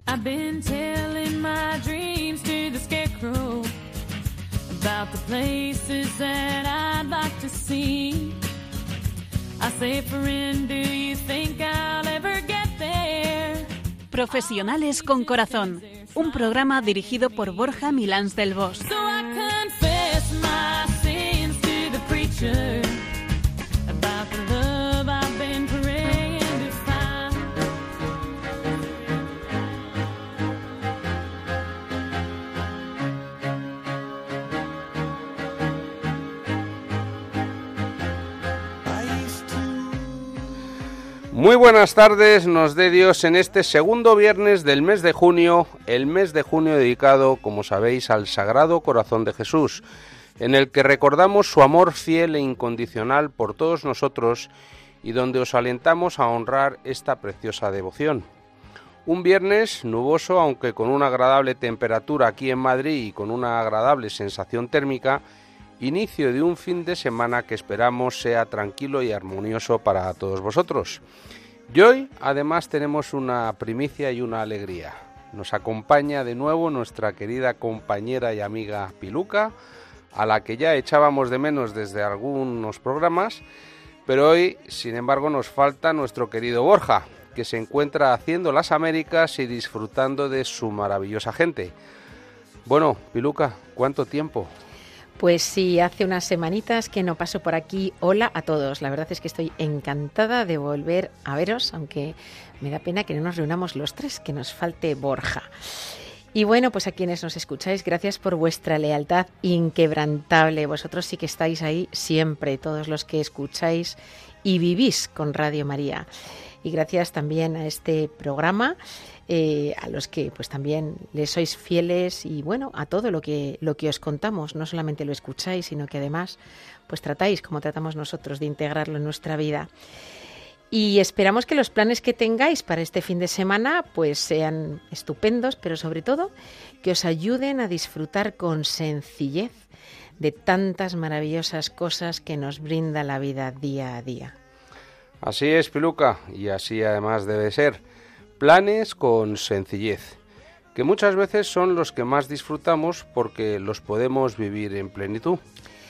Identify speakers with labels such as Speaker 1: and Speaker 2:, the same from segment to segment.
Speaker 1: I've been telling my dreams to the scarecrow about the places that I'd like to see. I say, friend, do you think I'll ever get there?
Speaker 2: Profesionales con Corazón, un programa dirigido por Borja Milans del Bosch.
Speaker 1: So I confess my sins to the preacher about the love I've been praying to find.
Speaker 3: Muy buenas tardes, nos dé Dios en este segundo viernes del mes de junio, el mes de junio dedicado, como sabéis, al Sagrado Corazón de Jesús, en el que recordamos su amor fiel e incondicional por todos nosotros y donde os alentamos a honrar esta preciosa devoción. Un viernes nuboso, aunque con una agradable temperatura aquí en Madrid y con una agradable sensación térmica, inicio de un fin de semana que esperamos sea tranquilo y armonioso para todos vosotros. Y hoy, además, tenemos una primicia y una alegría. Nos acompaña de nuevo nuestra querida compañera y amiga Piluca, a la que ya echábamos de menos desde algunos programas, pero hoy, sin embargo, nos falta nuestro querido Borja, que se encuentra haciendo las Américas y disfrutando de su maravillosa gente. Bueno, Piluca, ¿cuánto tiempo?
Speaker 4: Pues sí, hace unas semanitas que no paso por aquí. Hola a todos. La verdad es que estoy encantada de volver a veros, aunque me da pena que no nos reunamos los tres, que nos falte Borja. Y bueno, pues a quienes nos escucháis, gracias por vuestra lealtad inquebrantable. Vosotros sí que estáis ahí siempre, todos los que escucháis y vivís con Radio María. Y gracias también a este programa, a los que pues también les sois fieles y bueno, a todo lo que os contamos, no solamente lo escucháis, sino que además pues tratáis como tratamos nosotros de integrarlo en nuestra vida. Y esperamos que los planes que tengáis para este fin de semana pues sean estupendos, pero sobre todo que os ayuden a disfrutar con sencillez de tantas maravillosas cosas que nos brinda la vida día a día.
Speaker 3: Así es, Piluca, y así además debe ser. Planes con sencillez, que muchas veces son los que más disfrutamos porque los podemos vivir en plenitud.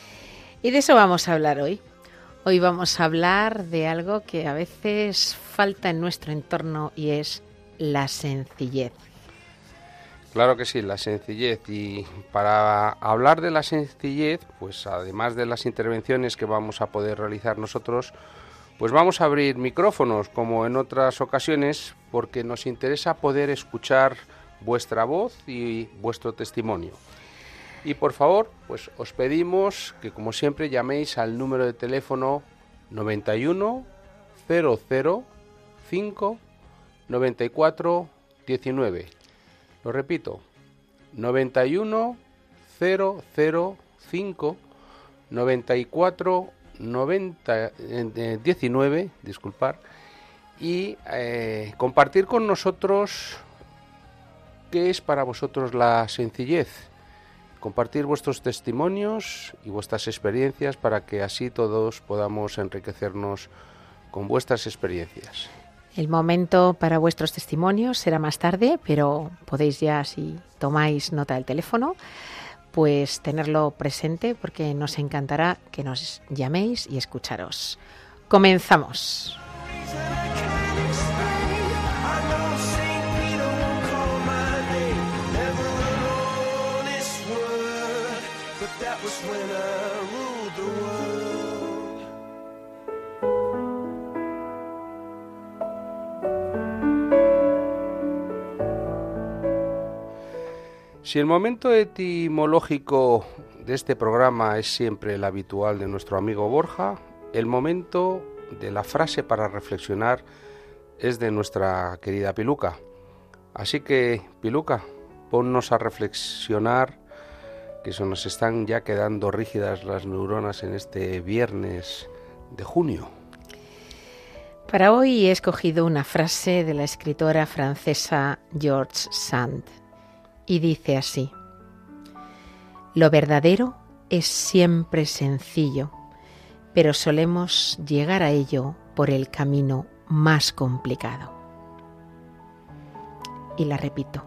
Speaker 4: Y de eso vamos a hablar hoy. Hoy vamos a hablar de algo que a veces falta en nuestro entorno y es la sencillez.
Speaker 3: Claro que sí, la sencillez. Y para hablar de la sencillez, pues además de las intervenciones que vamos a poder realizar nosotros, pues vamos a abrir micrófonos como en otras ocasiones porque nos interesa poder escuchar vuestra voz y vuestro testimonio. Y por favor, pues os pedimos que como siempre llaméis al número de teléfono 91 00 5 94 19. Lo repito, 91 00 5 94 19, disculpar, y compartir con nosotros qué es para vosotros la sencillez, compartir vuestros testimonios y vuestras experiencias para que así todos podamos enriquecernos con vuestras experiencias.
Speaker 4: El momento para vuestros testimonios será más tarde, pero podéis ya, si tomáis nota del teléfono, pues tenerlo presente porque nos encantará que nos llaméis y escucharos. Comenzamos.
Speaker 3: Si el momento etimológico de este programa es siempre el habitual de nuestro amigo Borja, el momento de la frase para reflexionar es de nuestra querida Piluca. Así que, Piluca, ponnos a reflexionar, que se nos están ya quedando rígidas las neuronas en este viernes de junio.
Speaker 4: Para hoy he escogido una frase de la escritora francesa George Sand. Y dice así: lo verdadero es siempre sencillo, pero solemos llegar a ello por el camino más complicado. y la repito.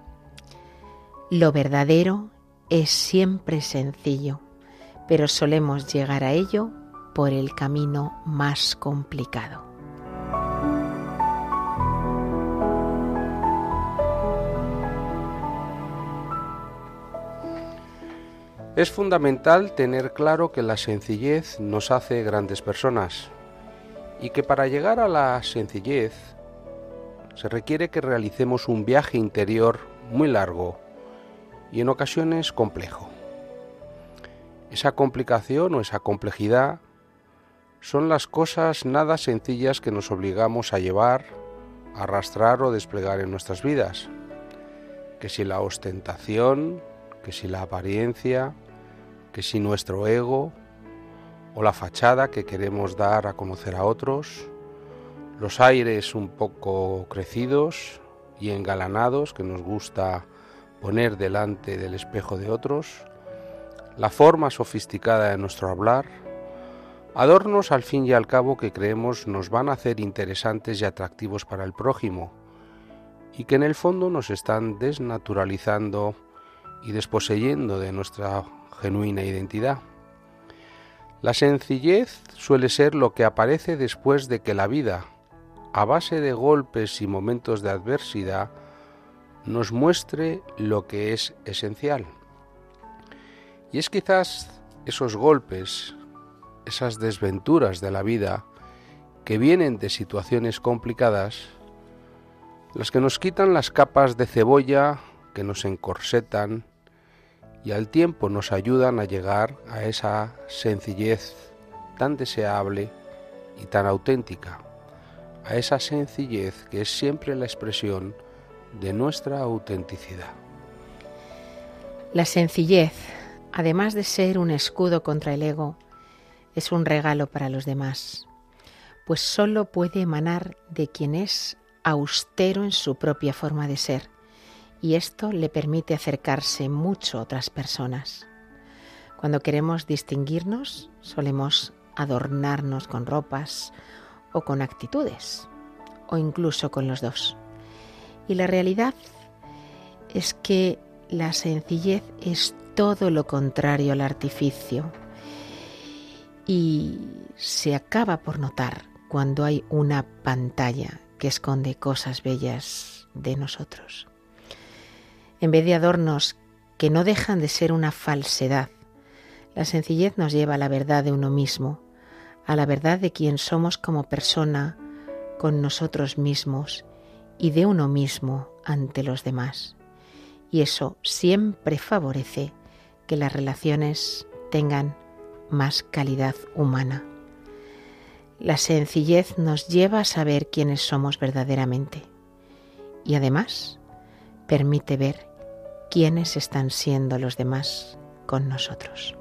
Speaker 4: Lo verdadero es siempre sencillo, pero solemos llegar a ello por el camino más complicado.
Speaker 3: Es fundamental tener claro que la sencillez nos hace grandes personas y que para llegar a la sencillez se requiere que realicemos un viaje interior muy largo y en ocasiones complejo. Esa complicación o esa complejidad son las cosas nada sencillas que nos obligamos a llevar, a arrastrar o desplegar en nuestras vidas. Que si la ostentación, que si la apariencia, que si nuestro ego o la fachada que queremos dar a conocer a otros, los aires un poco crecidos y engalanados que nos gusta poner delante del espejo de otros, la forma sofisticada de nuestro hablar, adornos al fin y al cabo que creemos nos van a hacer interesantes y atractivos para el prójimo y que en el fondo nos están desnaturalizando y desposeyendo de nuestra genuina identidad. La sencillez suele ser lo que aparece después de que la vida, a base de golpes y momentos de adversidad, nos muestre lo que es esencial. Y es quizás esos golpes, esas desventuras de la vida que vienen de situaciones complicadas, las que nos quitan las capas de cebolla, que nos encorsetan y al tiempo nos ayudan a llegar a esa sencillez tan deseable y tan auténtica, a esa sencillez que es siempre la expresión de nuestra autenticidad.
Speaker 4: La sencillez, además de ser un escudo contra el ego, es un regalo para los demás, pues solo puede emanar de quien es austero en su propia forma de ser, y esto le permite acercarse mucho a otras personas. Cuando queremos distinguirnos, solemos adornarnos con ropas o con actitudes, o incluso con los dos. Y la realidad es que la sencillez es todo lo contrario al artificio y se acaba por notar cuando hay una pantalla que esconde cosas bellas de nosotros. En vez de adornos que no dejan de ser una falsedad, la sencillez nos lleva a la verdad de uno mismo, a la verdad de quién somos como persona con nosotros mismos y de uno mismo ante los demás. Y eso siempre favorece que las relaciones tengan más calidad humana. La sencillez nos lleva a saber quiénes somos verdaderamente y además permite ver quiénes están siendo los demás con nosotros.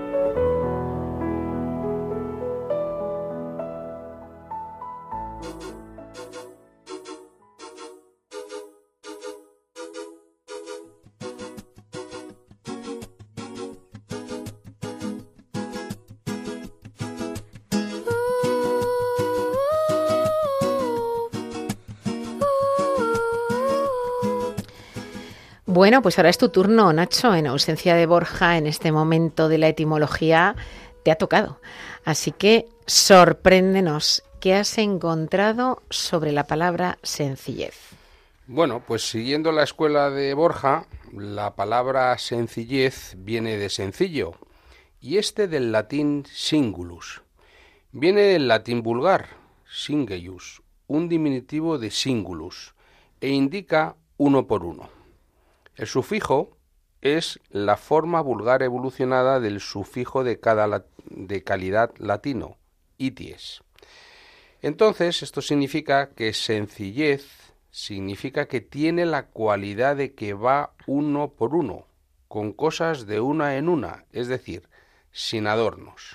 Speaker 4: Bueno, pues ahora es tu turno, Nacho. En ausencia de Borja, en este momento de la etimología, te ha tocado. Así que sorpréndenos. ¿Qué has encontrado sobre la palabra sencillez?
Speaker 3: Bueno, pues siguiendo la escuela de Borja, la palabra sencillez viene de sencillo, y del latín singulus. Viene del latín vulgar, singulus, un diminutivo de singulus, e indica uno por uno. El sufijo es la forma vulgar evolucionada del sufijo de calidad latino, ities. Entonces, esto significa que sencillez significa que tiene la cualidad de que va uno por uno, con cosas de una en una, es decir, sin adornos.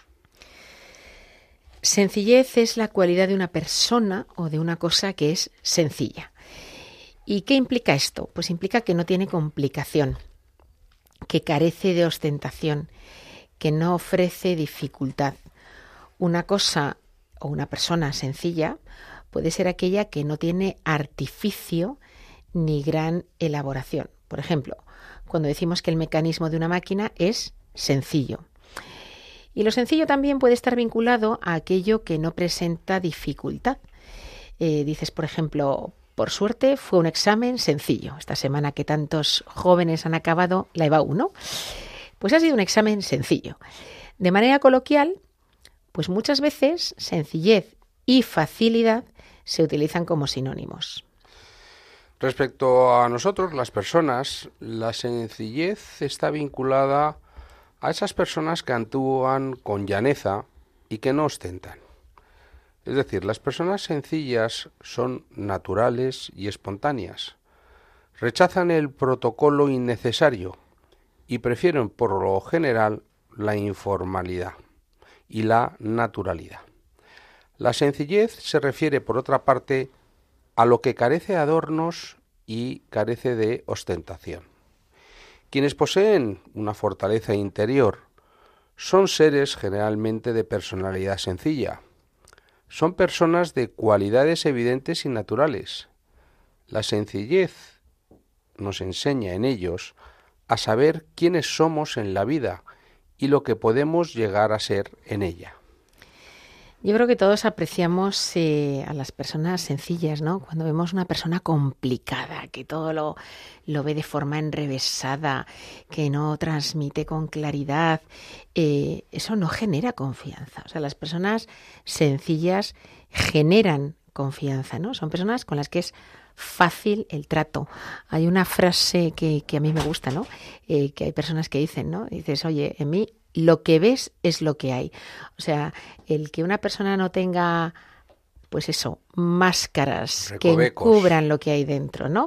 Speaker 4: Sencillez es la cualidad de una persona o de una cosa que es sencilla. ¿Y qué implica esto? Pues implica que no tiene complicación, que carece de ostentación, que no ofrece dificultad. Una cosa o una persona sencilla puede ser aquella que no tiene artificio ni gran elaboración. Por ejemplo, cuando decimos que el mecanismo de una máquina es sencillo. Y lo sencillo también puede estar vinculado a aquello que no presenta dificultad. Dices, por ejemplo, por suerte fue un examen sencillo. Esta semana que tantos jóvenes han acabado la EBAU, ¿no? Pues ha sido un examen sencillo. De manera coloquial, pues muchas veces sencillez y facilidad se utilizan como sinónimos.
Speaker 3: Respecto a nosotros, las personas, la sencillez está vinculada a esas personas que actúan con llaneza y que no ostentan. Es decir, las personas sencillas son naturales y espontáneas. Rechazan el protocolo innecesario y prefieren, por lo general, la informalidad y la naturalidad. La sencillez se refiere, por otra parte, a lo que carece de adornos y carece de ostentación. Quienes poseen una fortaleza interior son seres generalmente de personalidad sencilla. Son personas de cualidades evidentes y naturales. La sencillez nos enseña en ellos a saber quiénes somos en la vida y lo que podemos llegar a ser en ella.
Speaker 4: Yo creo que todos apreciamos a las personas sencillas, ¿no? Cuando vemos una persona complicada, que todo lo ve de forma enrevesada, que no transmite con claridad, eso no genera confianza. O sea, las personas sencillas generan confianza, ¿no? Son personas con las que es fácil el trato. Hay una frase que a mí me gusta, ¿no? Que hay personas que dicen, ¿no? Dices, oye, en mí lo que ves es lo que hay. O sea, el que una persona no tenga, pues eso, máscaras
Speaker 3: Recovecos,
Speaker 4: que encubran lo que hay dentro, ¿no?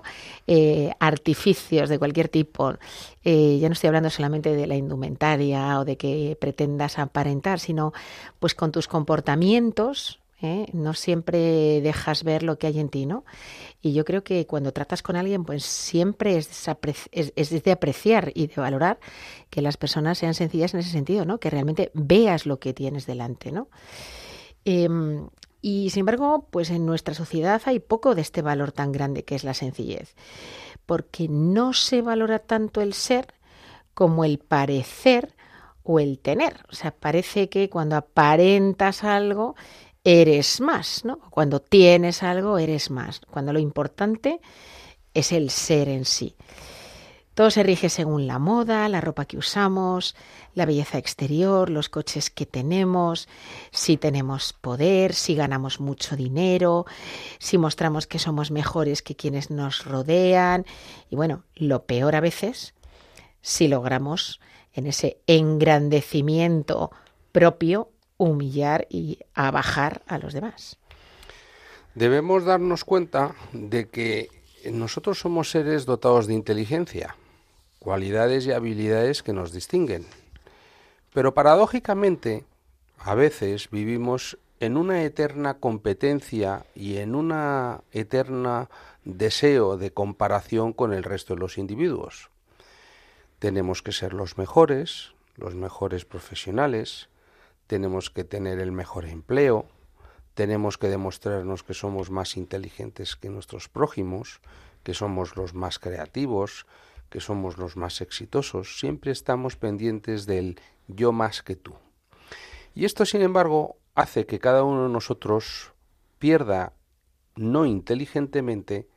Speaker 4: Artificios de cualquier tipo. Ya no estoy hablando solamente de la indumentaria o de que pretendas aparentar, sino pues con tus comportamientos, no siempre dejas ver lo que hay en ti, ¿no? Y yo creo que cuando tratas con alguien, pues siempre es de apreciar y de valorar que las personas sean sencillas en ese sentido, ¿no? Que realmente veas lo que tienes delante, ¿no? Y sin embargo, pues en nuestra sociedad hay poco de este valor tan grande que es la sencillez, porque no se valora tanto el ser como el parecer o el tener. O sea, parece que cuando aparentas algo eres más, ¿no? Cuando tienes algo eres más, cuando lo importante es el ser en sí. Todo se rige según la moda, la ropa que usamos, la belleza exterior, los coches que tenemos, si tenemos poder, si ganamos mucho dinero, si mostramos que somos mejores que quienes nos rodean. Y bueno, lo peor a veces, si logramos en ese engrandecimiento propio humillar y abajar a los demás.
Speaker 3: Debemos darnos cuenta de que nosotros somos seres dotados de inteligencia, cualidades y habilidades que nos distinguen. Pero paradójicamente, a veces vivimos en una eterna competencia y en una eterna deseo de comparación con el resto de los individuos. Tenemos que ser los mejores profesionales, tenemos que tener el mejor empleo, tenemos que demostrarnos que somos más inteligentes que nuestros prójimos, que somos los más creativos, que somos los más exitosos. Siempre estamos pendientes del yo más que tú. Y esto, sin embargo, hace que cada uno de nosotros pierda, no inteligentemente,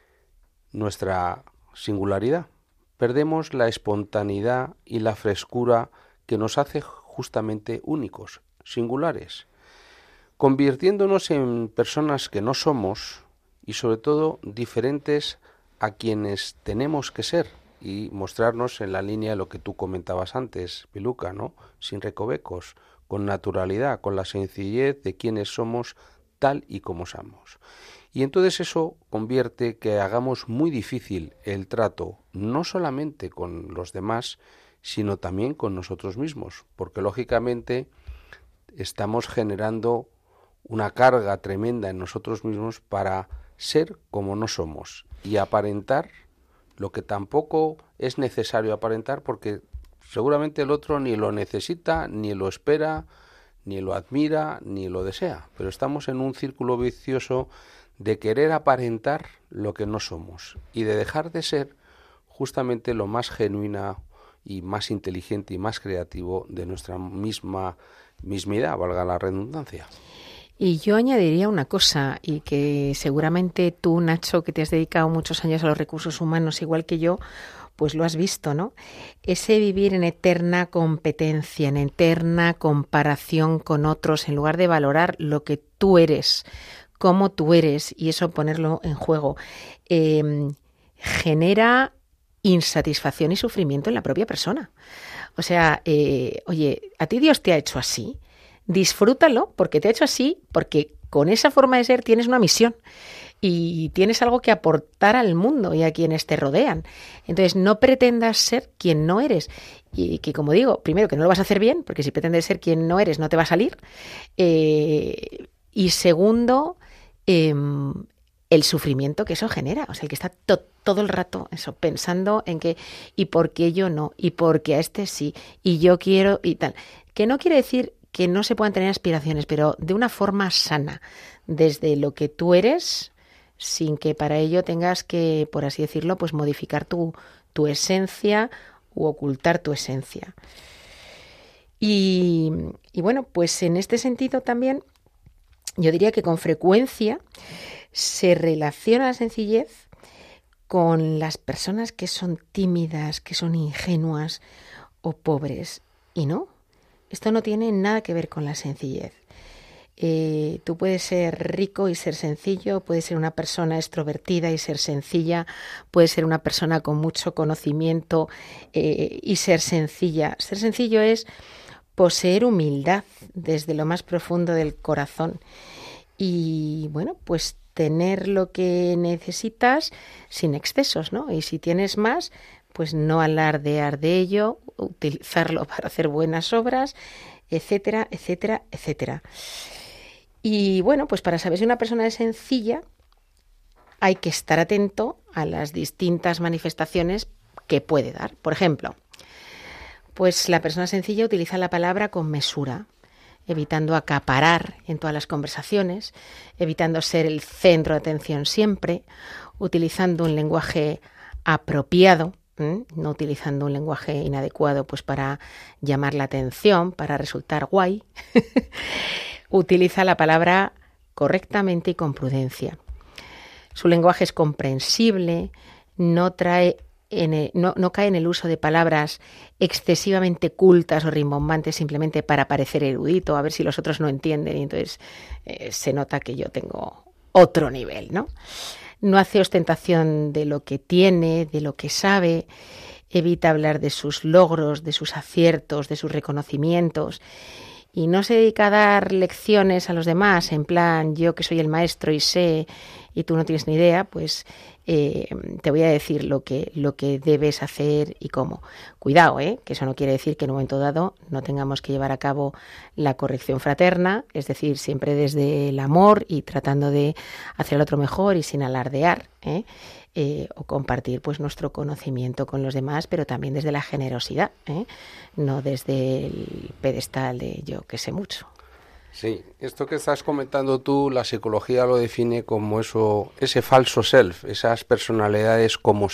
Speaker 3: nuestra singularidad. Perdemos la espontaneidad y la frescura que nos hace justamente únicos, singulares, convirtiéndonos en personas que no somos y sobre todo diferentes a quienes tenemos que ser y mostrarnos en la línea de lo que tú comentabas antes, Piluca, ¿no? Sin recovecos, con naturalidad, con la sencillez de quienes somos tal y como somos. Y entonces eso convierte que hagamos muy difícil el trato, no solamente con los demás, sino también con nosotros mismos, porque lógicamente estamos generando una carga tremenda en nosotros mismos para ser como no somos y aparentar lo que tampoco es necesario aparentar, porque seguramente el otro ni lo necesita, ni lo espera, ni lo admira, ni lo desea, pero estamos en un círculo vicioso de querer aparentar lo que no somos y de dejar de ser justamente lo más genuina y más inteligente y más creativo de nuestra mismidad, valga la redundancia.
Speaker 4: Y yo añadiría una cosa, y que seguramente tú, Nacho, que te has dedicado muchos años a los recursos humanos igual que yo, pues lo has visto, ¿no? Ese vivir en eterna competencia, en eterna comparación con otros, en lugar de valorar lo que tú eres, cómo tú eres, y eso ponerlo en juego, genera insatisfacción y sufrimiento en la propia persona. O sea, oye, a ti Dios te ha hecho así, disfrútalo porque te ha hecho así, porque con esa forma de ser tienes una misión y tienes algo que aportar al mundo y a quienes te rodean. Entonces, no pretendas ser quien no eres. Y que, como digo, primero, que no lo vas a hacer bien, porque si pretendes ser quien no eres, no te va a salir. Y segundo, el sufrimiento que eso genera. O sea, el que está todo el rato eso, pensando en que, ¿y por qué yo no? ¿Y por qué a este sí? Y yo quiero y tal. Que no quiere decir que no se puedan tener aspiraciones, pero de una forma sana, desde lo que tú eres, sin que para ello tengas que, por así decirlo, pues modificar tu esencia u ocultar tu esencia. Y bueno, pues en este sentido también yo diría que con frecuencia se relaciona la sencillez con las personas que son tímidas, que son ingenuas o pobres. Y no, esto no tiene nada que ver con la sencillez. Tú puedes ser rico y ser sencillo, puedes ser una persona extrovertida y ser sencilla, puedes ser una persona con mucho conocimiento y ser sencilla. Ser sencillo es poseer humildad desde lo más profundo del corazón y, bueno, pues tener lo que necesitas sin excesos, ¿no? Y si tienes más, pues no alardear de ello, utilizarlo para hacer buenas obras, etcétera, etcétera, etcétera. Y bueno, pues para saber si una persona es sencilla hay que estar atento a las distintas manifestaciones que puede dar. Por ejemplo, pues la persona sencilla utiliza la palabra con mesura, evitando acaparar en todas las conversaciones, evitando ser el centro de atención siempre, utilizando un lenguaje apropiado, no utilizando un lenguaje inadecuado pues para llamar la atención, para resultar guay. Utiliza la palabra correctamente y con prudencia. Su lenguaje es comprensible, no cae en el uso de palabras excesivamente cultas o rimbombantes simplemente para parecer erudito, a ver si los otros no entienden y entonces se nota que yo tengo otro nivel, ¿no? No hace ostentación de lo que tiene, de lo que sabe, evita hablar de sus logros, de sus aciertos, de sus reconocimientos. Y no se dedica a dar lecciones a los demás, en plan, yo que soy el maestro y sé, y tú no tienes ni idea, pues te voy a decir lo que debes hacer y cómo. Cuidado, que eso no quiere decir que en un momento dado no tengamos que llevar a cabo la corrección fraterna, es decir, siempre desde el amor y tratando de hacer al otro mejor y sin alardear, o compartir pues nuestro conocimiento con los demás, pero también desde la generosidad, no desde el pedestal de yo que sé mucho.
Speaker 3: Sí, esto que estás comentando tú, la psicología lo define como ese falso self, esas personalidades como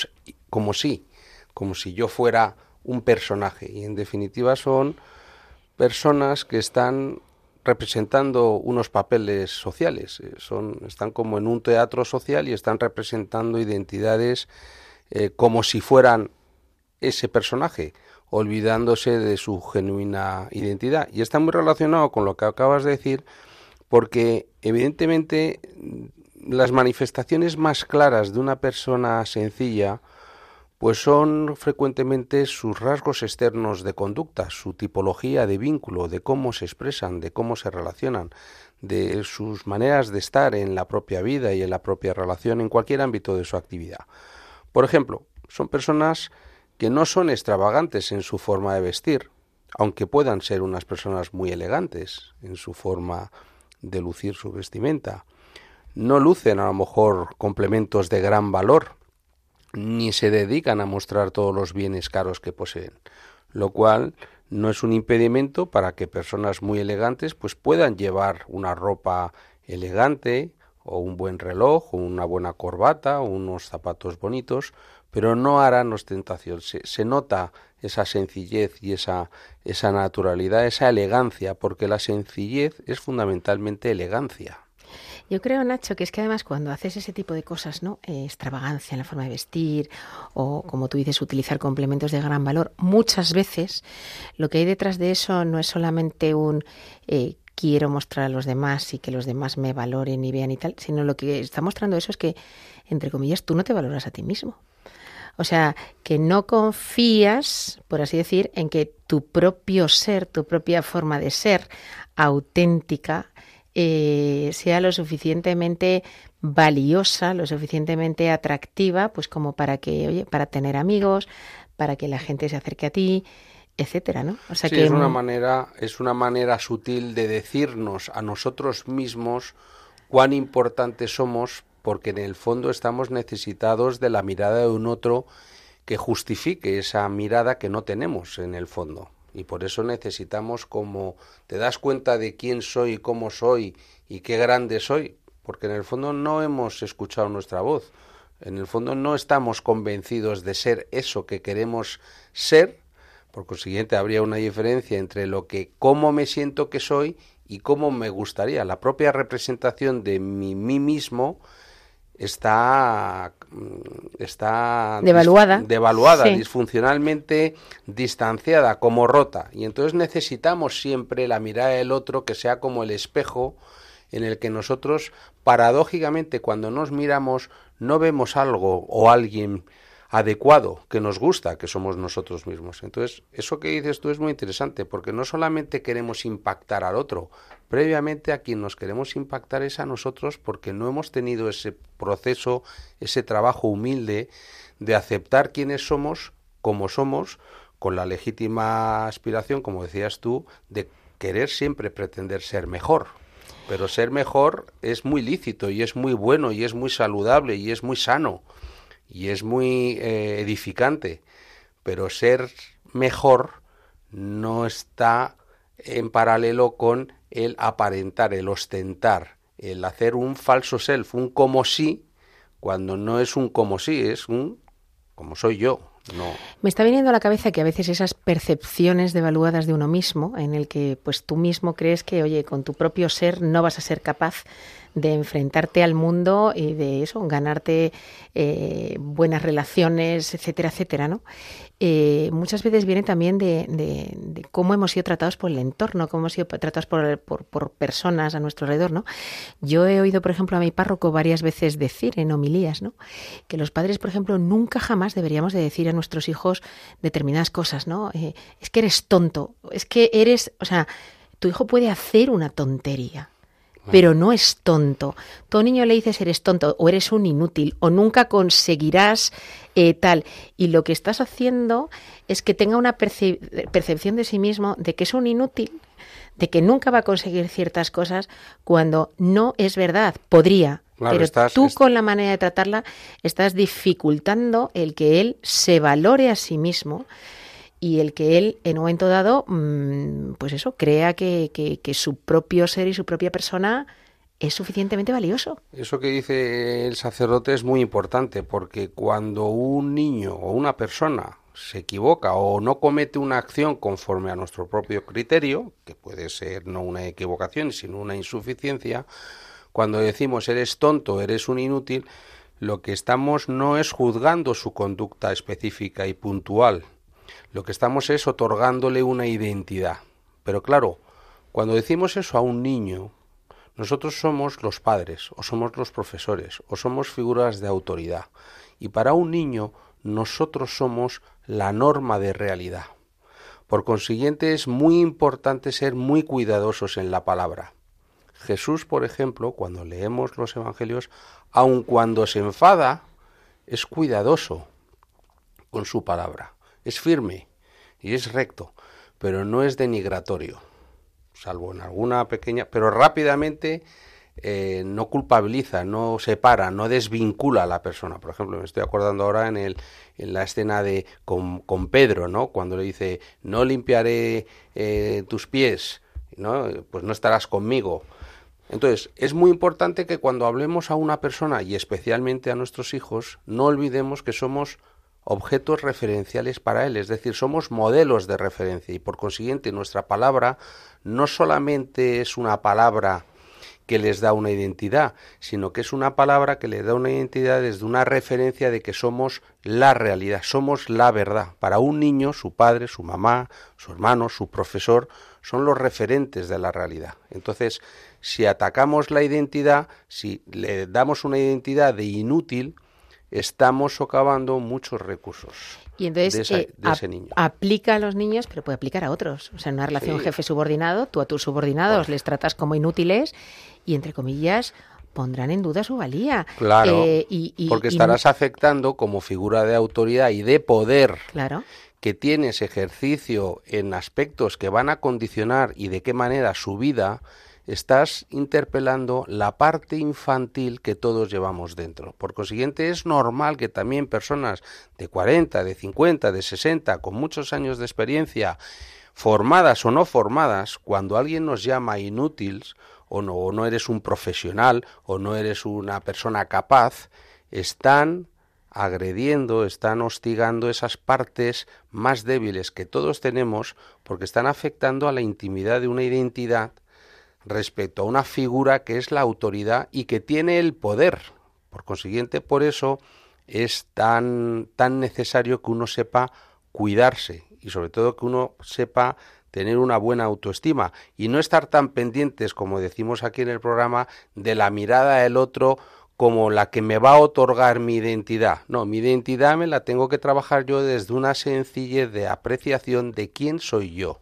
Speaker 3: si yo fuera un personaje, y en definitiva son personas que están representando unos papeles sociales, están como en un teatro social y están representando identidades como si fueran ese personaje, olvidándose de su genuina identidad. Y está muy relacionado con lo que acabas de decir, porque evidentemente las manifestaciones más claras de una persona sencilla pues son frecuentemente sus rasgos externos de conducta, su tipología de vínculo, de cómo se expresan, de cómo se relacionan, de sus maneras de estar en la propia vida y en la propia relación en cualquier ámbito de su actividad. Por ejemplo, son personas que no son extravagantes en su forma de vestir, aunque puedan ser unas personas muy elegantes en su forma de lucir su vestimenta. No lucen a lo mejor complementos de gran valor, ni se dedican a mostrar todos los bienes caros que poseen, lo cual no es un impedimento para que personas muy elegantes pues puedan llevar una ropa elegante o un buen reloj, o una buena corbata, o unos zapatos bonitos, pero no harán ostentación. Se nota esa sencillez y esa naturalidad, esa elegancia, porque la sencillez es fundamentalmente elegancia.
Speaker 4: Yo creo, Nacho, que es que además cuando haces ese tipo de cosas, ¿no? Extravagancia en la forma de vestir o, como tú dices, utilizar complementos de gran valor, muchas veces lo que hay detrás de eso no es solamente un quiero mostrar a los demás y que los demás me valoren y vean y tal, sino lo que está mostrando eso es que, entre comillas, tú no te valoras a ti mismo. O sea, que no confías, por así decir, en que tu propio ser, tu propia forma de ser auténtica, sea lo suficientemente valiosa, lo suficientemente atractiva, pues como para que, oye, para tener amigos, para que la gente se acerque a ti, etcétera, ¿no? O sea,
Speaker 3: sí,
Speaker 4: que
Speaker 3: es una manera sutil de decirnos a nosotros mismos cuán importantes somos, porque en el fondo estamos necesitados de la mirada de un otro que justifique esa mirada que no tenemos en el fondo. Y por eso necesitamos, como te das cuenta de quién soy, cómo soy y qué grande soy, porque en el fondo no hemos escuchado nuestra voz, en el fondo no estamos convencidos de ser eso que queremos ser. Por consiguiente, habría una diferencia entre cómo me siento que soy y cómo me gustaría. La propia representación de mí mismo está devaluada, sí, disfuncionalmente distanciada, como rota. Y entonces necesitamos siempre la mirada del otro que sea como el espejo en el que nosotros, paradójicamente, cuando nos miramos, no vemos algo o alguien adecuado, que nos gusta, que somos nosotros mismos. Entonces, eso que dices tú es muy interesante, porque no solamente queremos impactar al otro, previamente a quien nos queremos impactar es a nosotros, porque no hemos tenido ese proceso, ese trabajo humilde de aceptar quiénes somos, como somos, con la legítima aspiración, como decías tú, de querer siempre pretender ser mejor. Pero ser mejor es muy lícito y es muy bueno y es muy saludable y es muy sano y es muy edificante, pero ser mejor no está en paralelo con el aparentar, el ostentar, el hacer un falso self, un como si, cuando no es un como si, es un como soy yo. No.
Speaker 4: Me está viniendo a la cabeza que a veces esas percepciones devaluadas de uno mismo, en el que pues tú mismo crees que, oye, con tu propio ser no vas a ser capaz de enfrentarte al mundo y de eso, ganarte buenas relaciones, etcétera, etcétera, ¿no? Muchas veces viene también de cómo hemos sido tratados por el entorno, cómo hemos sido tratados por personas a nuestro alrededor, ¿no? Yo he oído, por ejemplo, a mi párroco varias veces decir en homilías, ¿no?, que los padres, por ejemplo, nunca jamás deberíamos de decir a nuestros hijos determinadas cosas, ¿no? Es que eres tonto, es que eres, o sea, tu hijo puede hacer una tontería, pero no es tonto. Tú a un niño le dices eres tonto o eres un inútil o nunca conseguirás tal. Y lo que estás haciendo es que tenga una percepción de sí mismo de que es un inútil, de que nunca va a conseguir ciertas cosas cuando no es verdad. Podría, claro, pero tú con la manera de tratarla estás dificultando el que él se valore a sí mismo y el que él, en un momento dado, pues eso, crea que su propio ser y su propia persona es suficientemente valioso.
Speaker 3: Eso que dice el sacerdote es muy importante, porque cuando un niño o una persona se equivoca o no comete una acción conforme a nuestro propio criterio, que puede ser no una equivocación, sino una insuficiencia, cuando decimos eres tonto, eres un inútil, lo que estamos no es juzgando su conducta específica y puntual, lo que estamos es otorgándole una identidad. Pero claro, cuando decimos eso a un niño, nosotros somos los padres, o somos los profesores, o somos figuras de autoridad. Y para un niño, nosotros somos la norma de realidad. Por consiguiente, es muy importante ser muy cuidadosos en la palabra. Jesús, por ejemplo, cuando leemos los evangelios, aun cuando se enfada, es cuidadoso con su palabra. Es firme y es recto, pero no es denigratorio, salvo en alguna pequeña, pero rápidamente no culpabiliza, no separa, no desvincula a la persona. Por ejemplo, me estoy acordando ahora en la escena con Pedro, ¿no?, cuando le dice, no limpiaré tus pies, ¿no?, pues no estarás conmigo. Entonces, es muy importante que cuando hablemos a una persona, y especialmente a nuestros hijos, no olvidemos que somos objetos referenciales para él, es decir, somos modelos de referencia, y por consiguiente nuestra palabra no solamente es una palabra que les da una identidad, sino que es una palabra que les da una identidad desde una referencia de que somos la realidad, somos la verdad. Para un niño, su padre, su mamá, su hermano, su profesor, son los referentes de la realidad. Entonces, si atacamos la identidad, si le damos una identidad de inútil, estamos socavando muchos recursos.
Speaker 4: Y entonces
Speaker 3: de ese niño.
Speaker 4: Aplica a los niños, pero puede aplicar a otros. O sea, en una relación jefe-subordinado, tú a tus subordinados les tratas como inútiles y, entre comillas, pondrán en duda su valía.
Speaker 3: Claro, porque estarás afectando como figura de autoridad y de poder.
Speaker 4: Claro.
Speaker 3: Que tienes ejercicio en aspectos que van a condicionar y de qué manera su vida, estás interpelando la parte infantil que todos llevamos dentro. Por consiguiente, es normal que también personas de 40, de 50, de 60, con muchos años de experiencia, formadas o no formadas, cuando alguien nos llama inútiles, o no eres un profesional, o no eres una persona capaz, están agrediendo, están hostigando esas partes más débiles que todos tenemos, porque están afectando a la intimidad de una identidad respecto a una figura que es la autoridad y que tiene el poder. Por consiguiente, por eso es tan necesario que uno sepa cuidarse y sobre todo que uno sepa tener una buena autoestima y no estar tan pendientes, como decimos aquí en el programa, de la mirada del otro como la que me va a otorgar mi identidad. No, mi identidad me la tengo que trabajar yo desde una sencillez de apreciación de quién soy yo.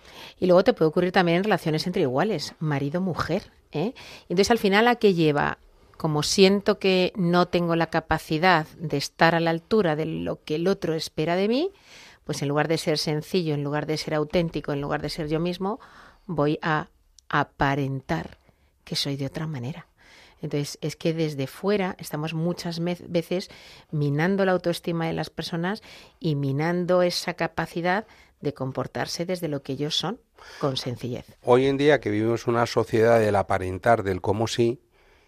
Speaker 4: Y luego te puede ocurrir también en relaciones entre iguales, marido-mujer, ¿eh? Entonces, al final, ¿a qué lleva? Como siento que no tengo la capacidad de estar a la altura de lo que el otro espera de mí, pues en lugar de ser sencillo, en lugar de ser auténtico, en lugar de ser yo mismo, voy a aparentar que soy de otra manera. Entonces, es que desde fuera estamos muchas veces minando la autoestima de las personas y minando esa capacidad de comportarse desde lo que ellos son, con sencillez.
Speaker 3: Hoy en día que vivimos una sociedad del aparentar, del como sí,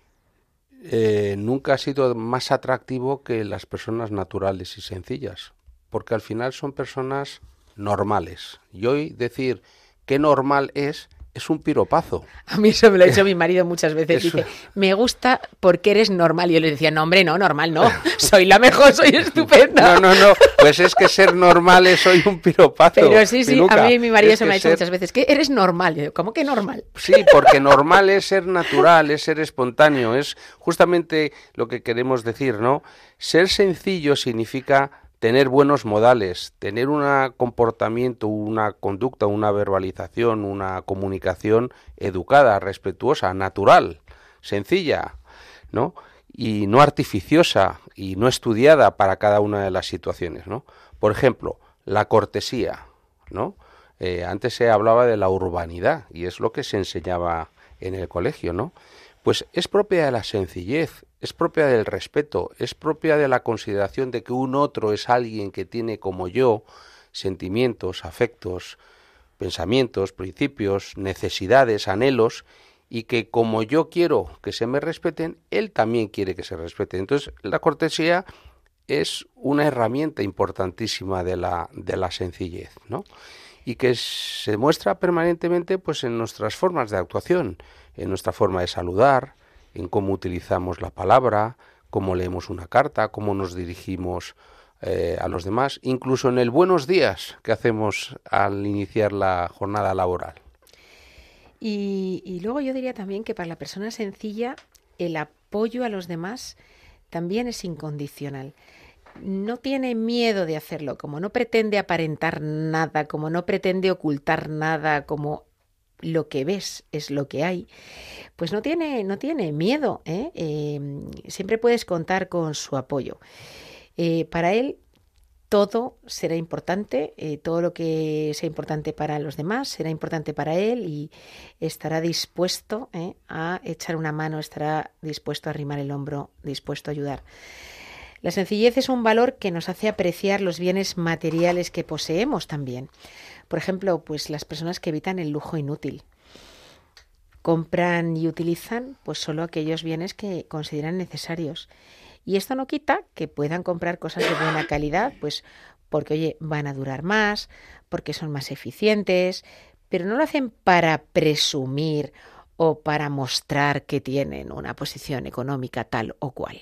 Speaker 3: nunca ha sido más atractivo que las personas naturales y sencillas, porque al final son personas normales. Y hoy decir qué normal es un piropazo.
Speaker 4: A mí eso me lo ha dicho mi marido muchas veces. Dice, me gusta porque eres normal. Y yo le decía, no, hombre, no, normal no. Soy la mejor, soy estupenda.
Speaker 3: No. Pues es que ser normal es hoy un piropazo.
Speaker 4: Pero sí, Piluca. A mí mi marido se me ha dicho muchas veces, que eres normal. Yo digo, ¿cómo que normal?
Speaker 3: Sí, porque normal es ser natural, es ser espontáneo. Es justamente lo que queremos decir, ¿no? Ser sencillo significa tener buenos modales, tener un comportamiento, una conducta, una verbalización, una comunicación educada, respetuosa, natural, sencilla, ¿no? Y no artificiosa y no estudiada para cada una de las situaciones, ¿no? Por ejemplo, la cortesía, ¿no? Antes se hablaba de la urbanidad y es lo que se enseñaba en el colegio, ¿no? Pues es propia de la sencillez, es propia del respeto, es propia de la consideración de que un otro es alguien que tiene como yo sentimientos, afectos, pensamientos, principios, necesidades, anhelos, y que como yo quiero que se me respeten, él también quiere que se respete. Entonces, la cortesía es una herramienta importantísima de la sencillez, ¿no? Y que se muestra permanentemente pues en nuestras formas de actuación, en nuestra forma de saludar, en cómo utilizamos la palabra, cómo leemos una carta, cómo nos dirigimos a los demás, incluso en el buenos días que hacemos al iniciar la jornada laboral.
Speaker 4: Y luego yo diría también que para la persona sencilla el apoyo a los demás también es incondicional. No tiene miedo de hacerlo, como no pretende aparentar nada, como no pretende ocultar nada, como lo que ves es lo que hay, pues no tiene miedo, siempre puedes contar con su apoyo. Para él todo será importante, todo lo que sea importante para los demás será importante para él y estará dispuesto a echar una mano, estará dispuesto a arrimar el hombro, dispuesto a ayudar. La sencillez es un valor que nos hace apreciar los bienes materiales que poseemos también. Por ejemplo, pues las personas que evitan el lujo inútil. compran y utilizan pues solo aquellos bienes que consideran necesarios. Y esto no quita que puedan comprar cosas de buena calidad, pues porque, oye, van a durar más, porque son más eficientes, pero no lo hacen para presumir o para mostrar que tienen una posición económica tal o cual.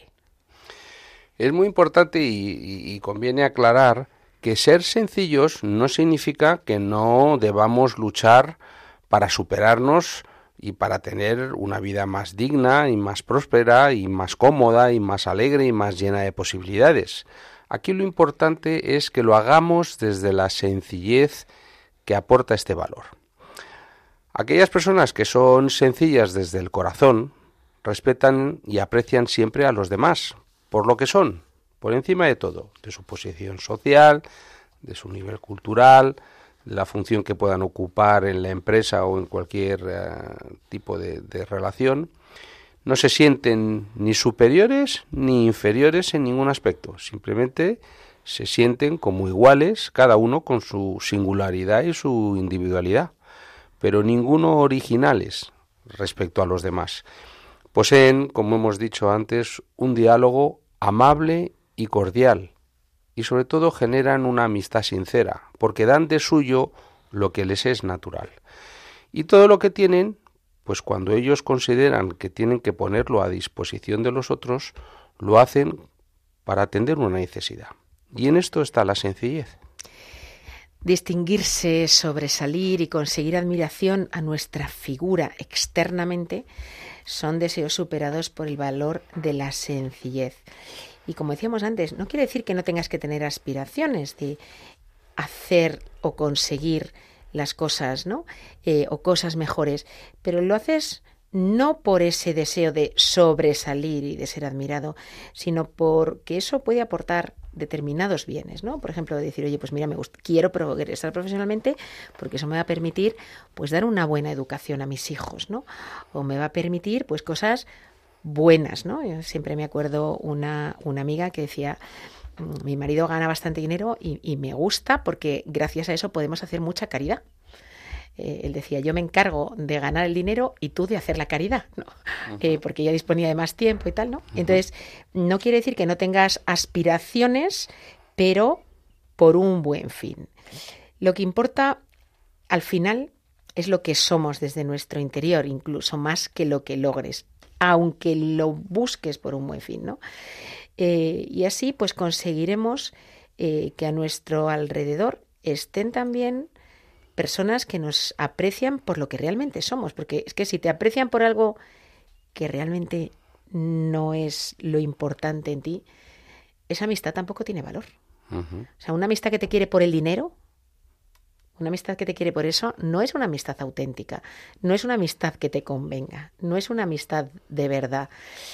Speaker 3: Es muy importante y conviene aclarar que ser sencillos no significa que no debamos luchar para superarnos y para tener una vida más digna y más próspera y más cómoda y más alegre y más llena de posibilidades. Aquí lo importante es que lo hagamos desde la sencillez que aporta este valor. Aquellas personas que son sencillas desde el corazón respetan y aprecian siempre a los demás por lo que son, por encima de todo, de su posición social, de su nivel cultural, la función que puedan ocupar en la empresa o en cualquier tipo de relación. No se sienten ni superiores ni inferiores en ningún aspecto, simplemente se sienten como iguales, cada uno con su singularidad y su individualidad, pero ninguno originales respecto a los demás. Poseen, como hemos dicho antes, un diálogo amable y cordial, y sobre todo generan una amistad sincera, porque dan de suyo lo que les es natural. Y todo lo que tienen, pues cuando ellos consideran que tienen que ponerlo a disposición de los otros, lo hacen para atender una necesidad. Y en esto está la sencillez.
Speaker 4: Distinguirse, sobresalir y conseguir admiración a nuestra figura externamente son deseos superados por el valor de la sencillez. Y como decíamos antes, no quiere decir que no tengas que tener aspiraciones de hacer o conseguir las cosas, ¿no? O cosas mejores, pero lo haces no por ese deseo de sobresalir y de ser admirado, sino porque eso puede aportar determinados bienes, ¿no? Por ejemplo, decir, oye, pues mira, quiero progresar profesionalmente porque eso me va a permitir pues dar una buena educación a mis hijos, ¿no? O me va a permitir pues cosas buenas, ¿no? Yo siempre me acuerdo una amiga que decía, mi marido gana bastante dinero y me gusta porque gracias a eso podemos hacer mucha caridad. Él decía, yo me encargo de ganar el dinero y tú de hacer la caridad, ¿no? Porque ella disponía de más tiempo y tal, ¿no? Entonces, no quiere decir que no tengas aspiraciones, pero por un buen fin. Lo que importa, al final, es lo que somos desde nuestro interior, incluso más que lo que logres, aunque lo busques por un buen fin, ¿no? Y así, pues, conseguiremos que a nuestro alrededor estén también personas que nos aprecian por lo que realmente somos, porque es que si te aprecian por algo que realmente no es lo importante en ti, esa amistad tampoco tiene valor. O sea, una amistad que te quiere por el dinero, una amistad que te quiere por eso, no es una amistad auténtica, no es una amistad que te convenga, no es una amistad de verdad.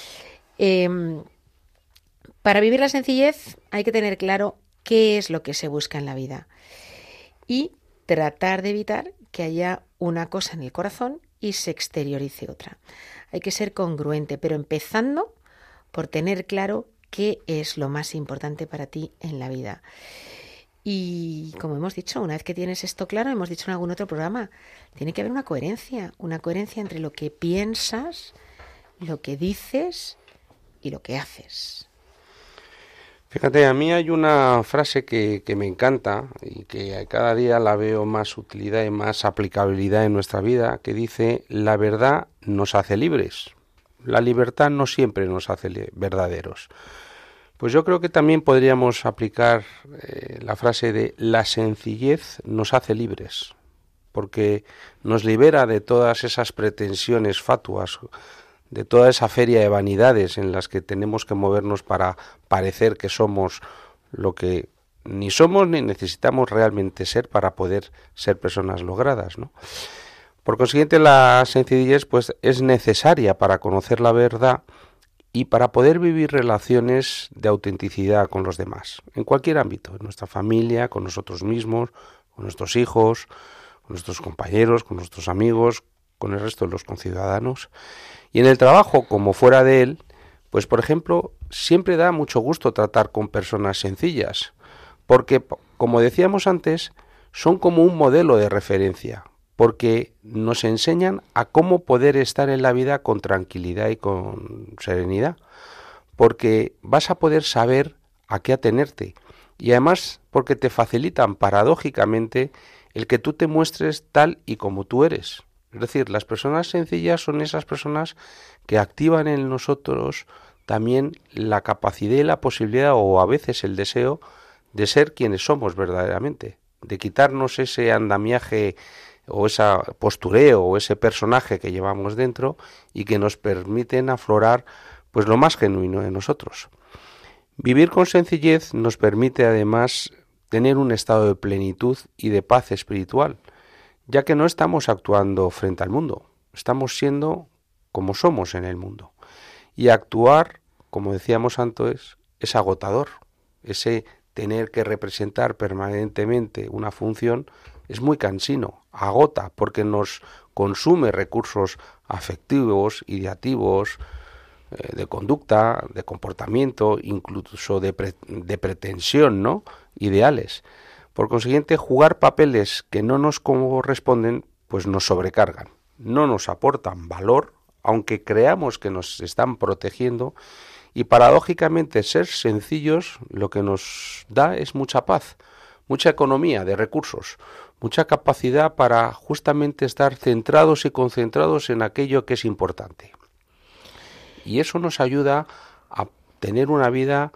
Speaker 4: Para vivir la sencillez hay que tener claro qué es lo que se busca en la vida y tratar de evitar que haya una cosa en el corazón y se exteriorice otra. Hay que ser congruente, pero empezando por tener claro qué es lo más importante para ti en la vida. Y como hemos dicho, una vez que tienes esto claro, hemos dicho en algún otro programa, tiene que haber una coherencia entre lo que piensas, lo que dices y lo que haces.
Speaker 3: Fíjate, a mí hay una frase que me encanta y que cada día la veo más utilidad y más aplicabilidad en nuestra vida, que dice, la verdad nos hace libres, la libertad no siempre nos hace verdaderos. Pues yo creo que también podríamos aplicar la frase de la sencillez nos hace libres, porque nos libera de todas esas pretensiones fatuas, de toda esa feria de vanidades en las que tenemos que movernos para parecer que somos lo que ni somos ni necesitamos realmente ser para poder ser personas logradas, ¿no? Por consiguiente, la sencillez pues es necesaria para conocer la verdad y para poder vivir relaciones de autenticidad con los demás, en cualquier ámbito, en nuestra familia, con nosotros mismos, con nuestros hijos, con nuestros compañeros, con nuestros amigos, con el resto de los conciudadanos. Y en el trabajo, como fuera de él, pues por ejemplo, siempre da mucho gusto tratar con personas sencillas, porque, como decíamos antes, son como un modelo de referencia, porque nos enseñan a cómo poder estar en la vida con tranquilidad y con serenidad, porque vas a poder saber a qué atenerte, y además porque te facilitan paradójicamente el que tú te muestres tal y como tú eres. Es decir, las personas sencillas son esas personas que activan en nosotros también la capacidad y la posibilidad, o a veces el deseo, de ser quienes somos verdaderamente, de quitarnos ese andamiaje o ese postureo o ese personaje que llevamos dentro y que nos permiten aflorar pues lo más genuino de nosotros. Vivir con sencillez nos permite además tener un estado de plenitud y de paz espiritual, ya que no estamos actuando frente al mundo, estamos siendo como somos en el mundo. Y actuar, como decíamos antes, es agotador. Ese tener que representar permanentemente una función es muy cansino, agota, porque nos consume recursos afectivos, ideativos, de conducta, de comportamiento, incluso de pretensión, ¿no? Ideales. Por consiguiente, jugar papeles que no nos corresponden, pues nos sobrecargan, no nos aportan valor, aunque creamos que nos están protegiendo, y paradójicamente ser sencillos lo que nos da es mucha paz, mucha economía de recursos, mucha capacidad para justamente estar centrados y concentrados en aquello que es importante. Y eso nos ayuda a tener una vida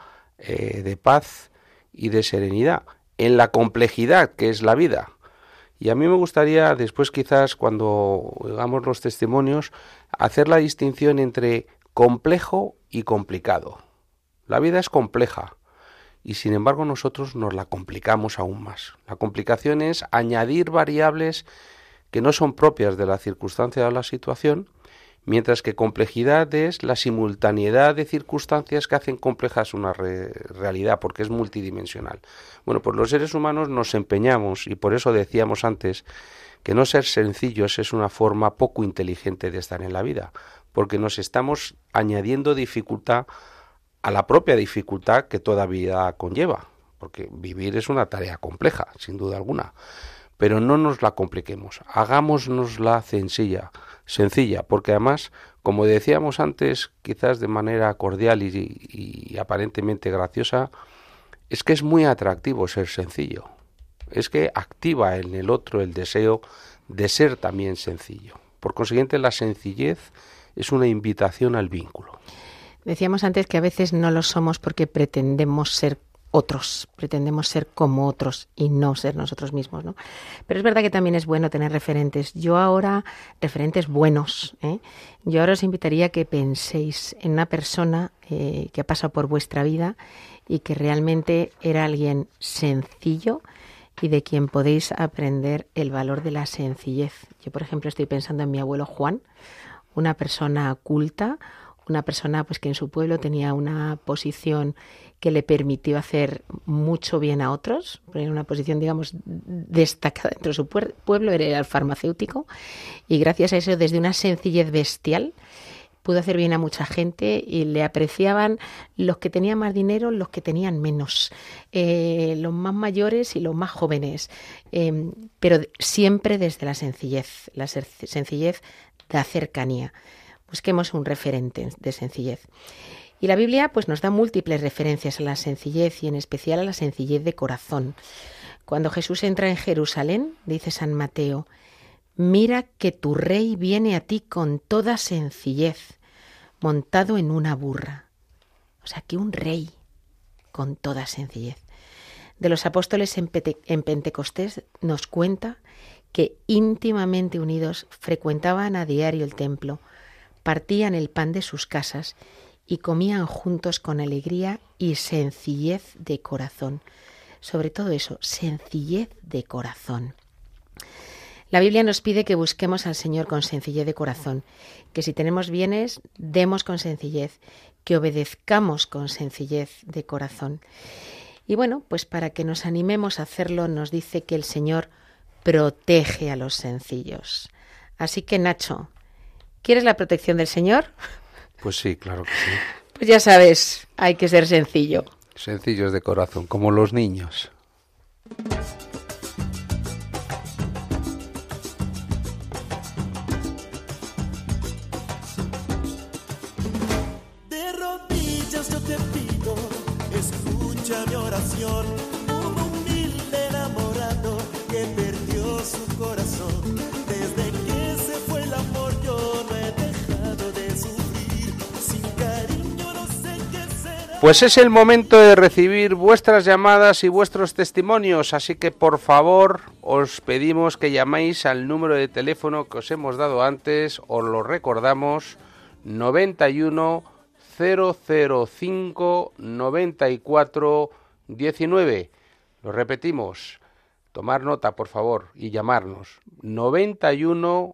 Speaker 3: de paz y de serenidad en la complejidad que es la vida. Y a mí me gustaría, después quizás cuando hagamos los testimonios, hacer la distinción entre complejo y complicado. La vida es compleja y sin embargo nosotros nos la complicamos aún más. La complicación es añadir variables que no son propias de la circunstancia o la situación, mientras que complejidad es la simultaneidad de circunstancias que hacen complejas una realidad, porque es multidimensional. Bueno, pues los seres humanos nos empeñamos, y por eso decíamos antes que no ser sencillos es una forma poco inteligente de estar en la vida, porque nos estamos añadiendo dificultad a la propia dificultad que toda vida conlleva, porque vivir es una tarea compleja, sin duda alguna. Pero no nos la compliquemos, hagámonosla sencilla, porque además, como decíamos antes, quizás de manera cordial y aparentemente graciosa, es que es muy atractivo ser sencillo, es que activa en el otro el deseo de ser también sencillo. Por consiguiente, la sencillez es una invitación al vínculo.
Speaker 4: Decíamos antes que a veces no lo somos porque pretendemos ser otros, pretendemos ser como otros y no ser nosotros mismos, ¿no? Pero es verdad que también es bueno tener referentes. Referentes buenos, ¿eh? Yo ahora os invitaría a que penséis en una persona que ha pasado por vuestra vida y que realmente era alguien sencillo y de quien podéis aprender el valor de la sencillez. Yo, por ejemplo, estoy pensando en mi abuelo Juan, una persona culta, una persona pues que en su pueblo tenía una posición que le permitió hacer mucho bien a otros, en una posición, digamos, destacada dentro de su pueblo, era el farmacéutico, y gracias a eso, desde una sencillez bestial, pudo hacer bien a mucha gente y le apreciaban los que tenían más dinero, los que tenían menos, los más mayores y los más jóvenes, pero siempre desde la sencillez da cercanía. Busquemos un referente de sencillez. Y la Biblia pues nos da múltiples referencias a la sencillez y en especial a la sencillez de corazón. Cuando Jesús entra en Jerusalén, dice San Mateo, mira que tu rey viene a ti con toda sencillez, montado en una burra. O sea, que un rey con toda sencillez. De los apóstoles en Pentecostés nos cuenta que íntimamente unidos frecuentaban a diario el templo, partían el pan de sus casas y comían juntos con alegría y sencillez de corazón. Sobre todo eso, sencillez de corazón. La Biblia nos pide que busquemos al Señor con sencillez de corazón, que si tenemos bienes, demos con sencillez, que obedezcamos con sencillez de corazón. Y bueno, pues para que nos animemos a hacerlo, nos dice que el Señor protege a los sencillos. Así que, Nacho, ¿quieres la protección del Señor?
Speaker 3: Pues sí, claro que sí.
Speaker 4: Pues ya sabes, hay que ser sencillo.
Speaker 3: Sencillos de corazón, como los niños.
Speaker 5: pasión, un humilde enamorado que perdió su corazón. Desde que se fue el amor yo no he dejado de sufrir, sin cariño no sé qué será.
Speaker 3: Pues es el momento de recibir vuestras llamadas y vuestros testimonios, así que por favor os pedimos que llaméis al número de teléfono que os hemos dado antes, os lo recordamos, 91 005 94 19. Lo repetimos, tomar nota por favor y llamarnos, 91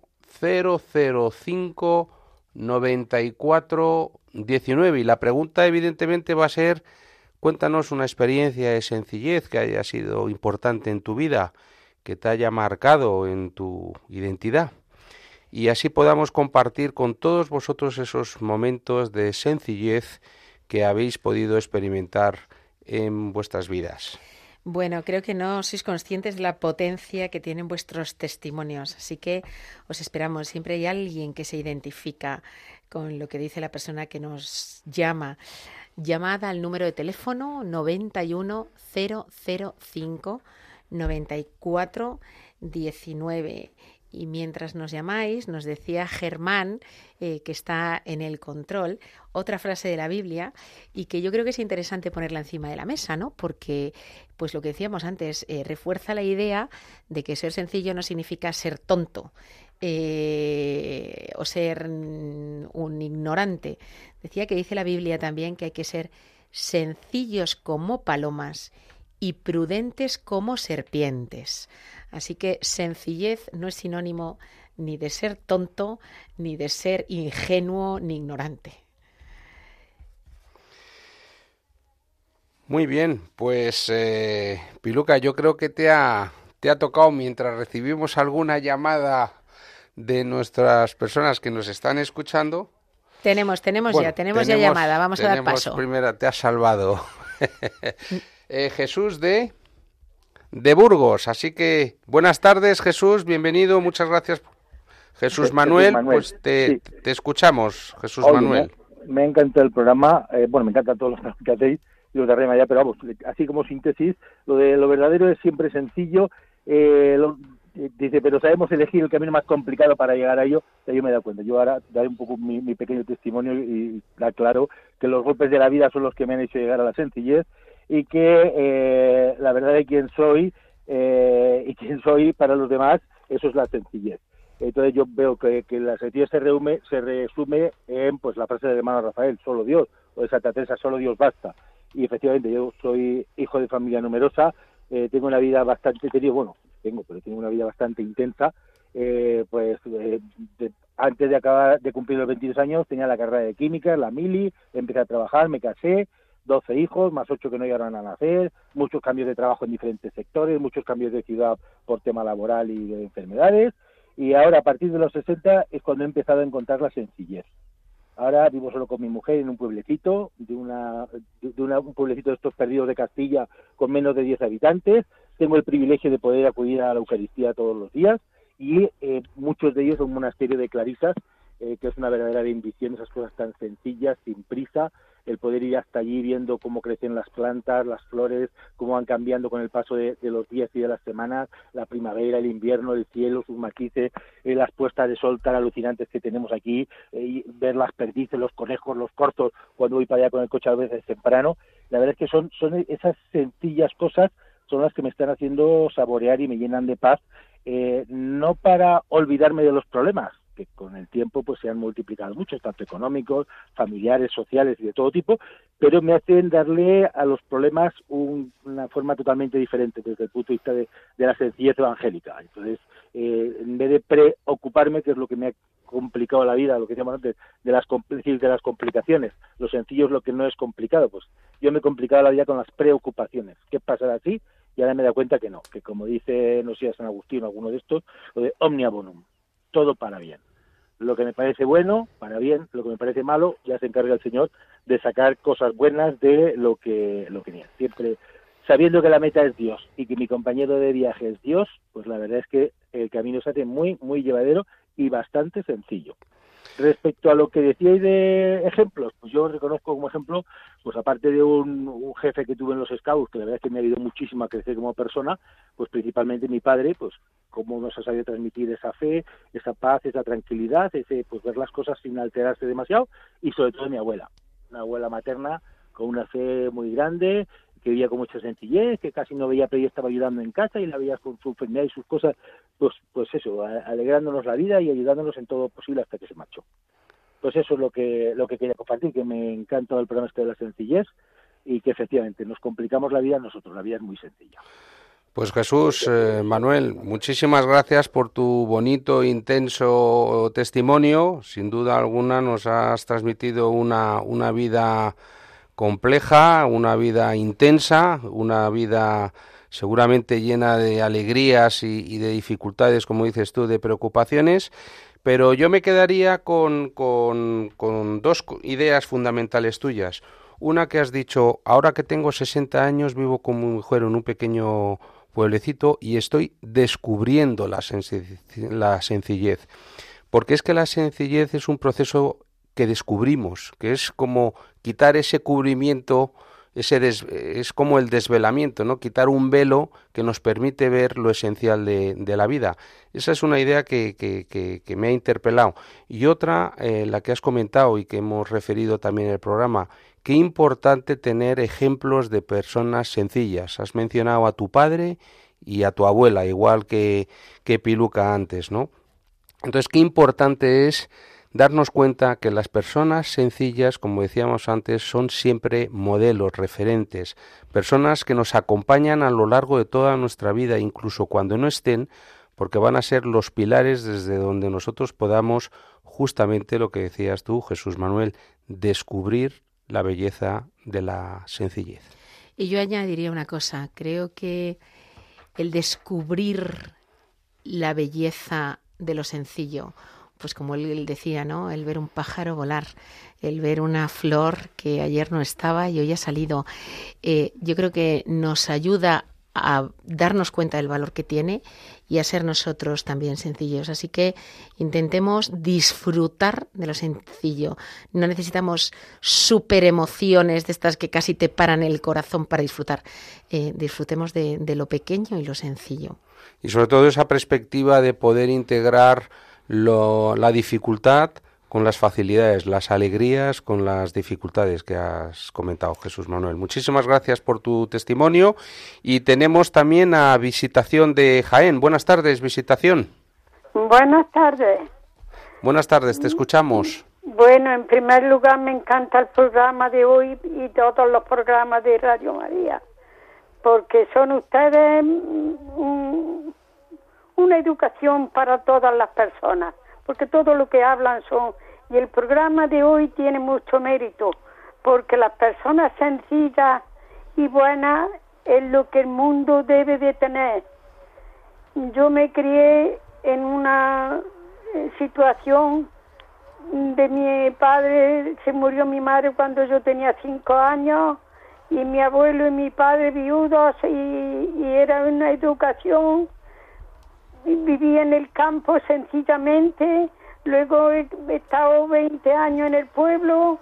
Speaker 3: 005 94 19. Y la pregunta evidentemente va a ser: cuéntanos una experiencia de sencillez que haya sido importante en tu vida, que te haya marcado en tu identidad, y así podamos compartir con todos vosotros esos momentos de sencillez que habéis podido experimentar en vuestras vidas.
Speaker 4: Bueno, creo que no sois conscientes de la potencia que tienen vuestros testimonios, así que os esperamos. Siempre hay alguien que se identifica con lo que dice la persona que nos llama. Llamad al número de teléfono 91 005 94 19. Y mientras nos llamáis, nos decía Germán, que está en el control, otra frase de la Biblia, y que yo creo que es interesante ponerla encima de la mesa, ¿no? Porque, pues lo que decíamos antes, refuerza la idea de que ser sencillo no significa ser tonto o ser un ignorante. Decía que dice la Biblia también que hay que ser sencillos como palomas y prudentes como serpientes. Así que sencillez no es sinónimo ni de ser tonto, ni de ser ingenuo, ni ignorante.
Speaker 3: Muy bien, pues Piluca, yo creo que te ha tocado, mientras recibimos alguna llamada de nuestras personas que nos están escuchando.
Speaker 4: Tenemos ya llamada, vamos a dar paso.
Speaker 3: Primera, te has salvado. Jesús de Burgos, así que buenas tardes, Jesús, bienvenido, muchas gracias. Jesús Manuel, pues te escuchamos, Jesús. Oye, Manuel.
Speaker 6: Me encanta el programa, me encanta todos los que hacéis y los de Rema ya, pero vamos, así como síntesis, lo verdadero es siempre sencillo, dice, pero sabemos elegir el camino más complicado para llegar a ello. Yo me he dado cuenta. Yo ahora daré un poco mi pequeño testimonio y aclaro que los golpes de la vida son los que me han hecho llegar a la sencillez, y que la verdad de quién soy y quién soy para los demás, eso es la sencillez. Entonces yo veo que la sencillez se resume en pues la frase del hermano Rafael, solo Dios, o de Santa Teresa, solo Dios basta. Y efectivamente yo soy hijo de familia numerosa, tengo una vida bastante, tengo una vida bastante intensa, antes de acabar de cumplir los 22 años tenía la carrera de química, la mili, empecé a trabajar, me casé, 12 hijos, más 8 que no llegaron a nacer, muchos cambios de trabajo en diferentes sectores, muchos cambios de ciudad por tema laboral y de enfermedades, y ahora a partir de los 60 es cuando he empezado a encontrar la sencillez. Ahora vivo solo con mi mujer en un pueblecito, un pueblecito de estos perdidos de Castilla con menos de 10 habitantes, tengo el privilegio de poder acudir a la Eucaristía todos los días, y muchos de ellos son un monasterio de clarisas, que es una verdadera bendición, esas cosas tan sencillas, sin prisa, el poder ir hasta allí viendo cómo crecen las plantas, las flores, cómo van cambiando con el paso de los días y de las semanas, la primavera, el invierno, el cielo, sus matices, las puestas de sol tan alucinantes que tenemos aquí, y ver las perdices, los conejos, los corzos, cuando voy para allá con el coche a veces temprano. La verdad es que son esas sencillas cosas son las que me están haciendo saborear y me llenan de paz, no para olvidarme de los problemas, que con el tiempo pues se han multiplicado mucho, tanto económicos, familiares, sociales y de todo tipo, pero me hacen darle a los problemas una forma totalmente diferente desde el punto de vista de la sencillez evangélica. Entonces, en vez de preocuparme, que es lo que me ha complicado la vida, lo que decíamos antes, de las complicaciones, lo sencillo es lo que no es complicado, pues yo me he complicado la vida con las preocupaciones. ¿Qué pasará así? Y ahora me he dado cuenta que no, que como dice, no sé, San Agustín o alguno de estos, lo de omnia bonum, todo para bien. Lo que me parece bueno, para bien; lo que me parece malo, ya se encarga el Señor de sacar cosas buenas de lo que niega. Siempre sabiendo que la meta es Dios y que mi compañero de viaje es Dios, pues la verdad es que el camino se hace muy, muy llevadero y bastante sencillo. Respecto a lo que decíais de ejemplos, pues yo reconozco como ejemplo, pues aparte de un jefe que tuve en los Scouts, que la verdad es que me ha ayudado muchísimo a crecer como persona, pues principalmente mi padre, pues cómo nos ha sabido transmitir esa fe, esa paz, esa tranquilidad, ese pues ver las cosas sin alterarse demasiado, y sobre todo mi abuela, una abuela materna con una fe muy grande, que vivía con mucha sencillez, que casi no veía, pero ella estaba ayudando en casa y la veías con su enfermedad y sus cosas, pues eso, alegrándonos la vida y ayudándonos en todo posible hasta que se marchó. Pues eso es lo que quería compartir, que me encanta el programa este de la sencillez y que efectivamente nos complicamos la vida nosotros, la vida es muy sencilla.
Speaker 3: Pues Jesús, Manuel, muchísimas gracias por tu bonito, intenso testimonio. Sin duda alguna nos has transmitido una vida compleja, una vida intensa, una vida seguramente llena de alegrías y de dificultades, como dices tú, de preocupaciones, pero yo me quedaría con dos ideas fundamentales tuyas. Una que has dicho, ahora que tengo 60 años, vivo con mi mujer en un pequeño pueblecito y estoy descubriendo la sencillez, porque es que la sencillez es un proceso que descubrimos, que es como quitar ese cubrimiento, es como el desvelamiento, ¿no? Quitar un velo que nos permite ver lo esencial de la vida. Esa es una idea que me ha interpelado. Y otra, la que has comentado y que hemos referido también en el programa, qué importante tener ejemplos de personas sencillas. Has mencionado a tu padre y a tu abuela, igual que Piluca antes, ¿no? Entonces, qué importante es darnos cuenta que las personas sencillas, como decíamos antes, son siempre modelos, referentes, personas que nos acompañan a lo largo de toda nuestra vida, incluso cuando no estén, porque van a ser los pilares desde donde nosotros podamos, justamente lo que decías tú, Jesús Manuel, descubrir la belleza de la sencillez.
Speaker 4: Y yo añadiría una cosa, creo que el descubrir la belleza de lo sencillo, pues como él decía, ¿no? El ver un pájaro volar, el ver una flor que ayer no estaba y hoy ha salido. Yo creo que nos ayuda a darnos cuenta del valor que tiene y a ser nosotros también sencillos. Así que intentemos disfrutar de lo sencillo. No necesitamos super emociones de estas que casi te paran el corazón para disfrutar. Disfrutemos de lo pequeño y lo sencillo.
Speaker 3: Y sobre todo esa perspectiva de poder integrar la dificultad con las facilidades, las alegrías con las dificultades que has comentado, Jesús Manuel. Muchísimas gracias por tu testimonio y tenemos también a Visitación de Jaén. Buenas tardes, Visitación.
Speaker 7: Buenas tardes.
Speaker 3: Buenas tardes, te escuchamos.
Speaker 7: Bueno, en primer lugar me encanta el programa de hoy y todos los programas de Radio María, porque son ustedes una educación para todas las personas, porque todo lo que hablan son... Y el programa de hoy tiene mucho mérito, porque las personas sencillas y buenas es lo que el mundo debe de tener. Yo me crié en una situación de mi padre, se murió mi madre cuando yo tenía 5 años, y mi abuelo y mi padre viudos, y era una educación. Viví en el campo sencillamente, luego he estado 20 años en el pueblo.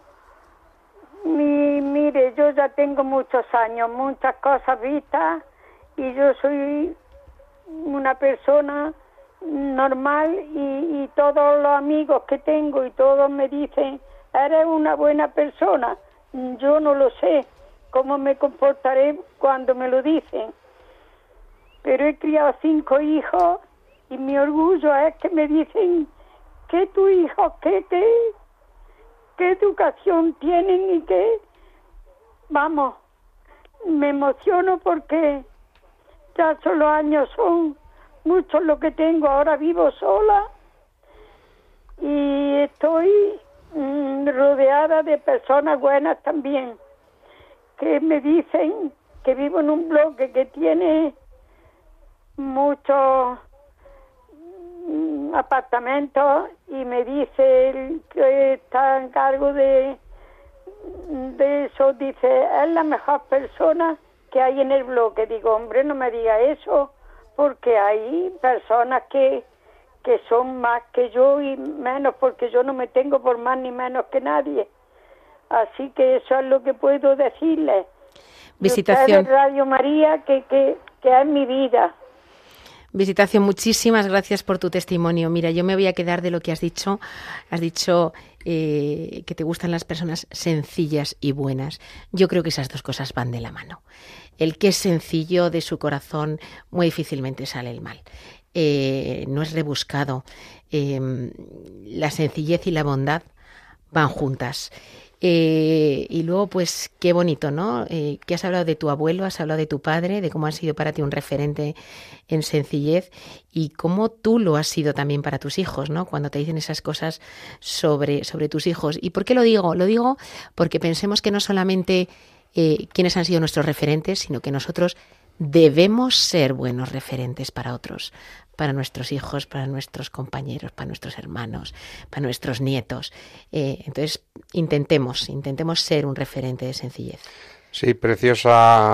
Speaker 7: Mire, yo ya tengo muchos años, muchas cosas vistas, y yo soy una persona normal, y todos los amigos que tengo y todos me dicen, eres una buena persona. Yo no lo sé cómo me comportaré cuando me lo dicen, pero he criado 5 hijos y mi orgullo es que me dicen que tu hijo, qué educación tienen, y que, vamos, me emociono porque ya son los años, son muchos lo que tengo. Ahora vivo sola y estoy rodeada de personas buenas también, que me dicen que vivo en un bloque que tiene muchos apartamentos, y me dice el que está en cargo de eso, dice, es la mejor persona que hay en el bloque. Digo, hombre, no me diga eso, porque hay personas que que son más que yo y menos, porque yo no me tengo por más ni menos que nadie. Así que eso es lo que puedo decirles.
Speaker 4: Visitación.
Speaker 7: Usted de Radio María, que es mi vida.
Speaker 4: Visitación, muchísimas gracias por tu testimonio. Mira, yo me voy a quedar de lo que has dicho. Has dicho que te gustan las personas sencillas y buenas. Yo creo que esas dos cosas van de la mano. El que es sencillo de su corazón, muy difícilmente sale el mal. No es rebuscado. La sencillez y la bondad van juntas. Y luego, pues, qué bonito, ¿no? Que has hablado de tu abuelo, has hablado de tu padre, de cómo ha sido para ti un referente en sencillez y cómo tú lo has sido también para tus hijos, ¿no? Cuando te dicen esas cosas sobre tus hijos. ¿Y por qué lo digo? Lo digo porque pensemos que no solamente quiénes han sido nuestros referentes, sino que nosotros debemos ser buenos referentes para otros, para nuestros hijos, para nuestros compañeros, para nuestros hermanos, para nuestros nietos. Entonces, intentemos ser un referente de sencillez.
Speaker 3: Sí, precioso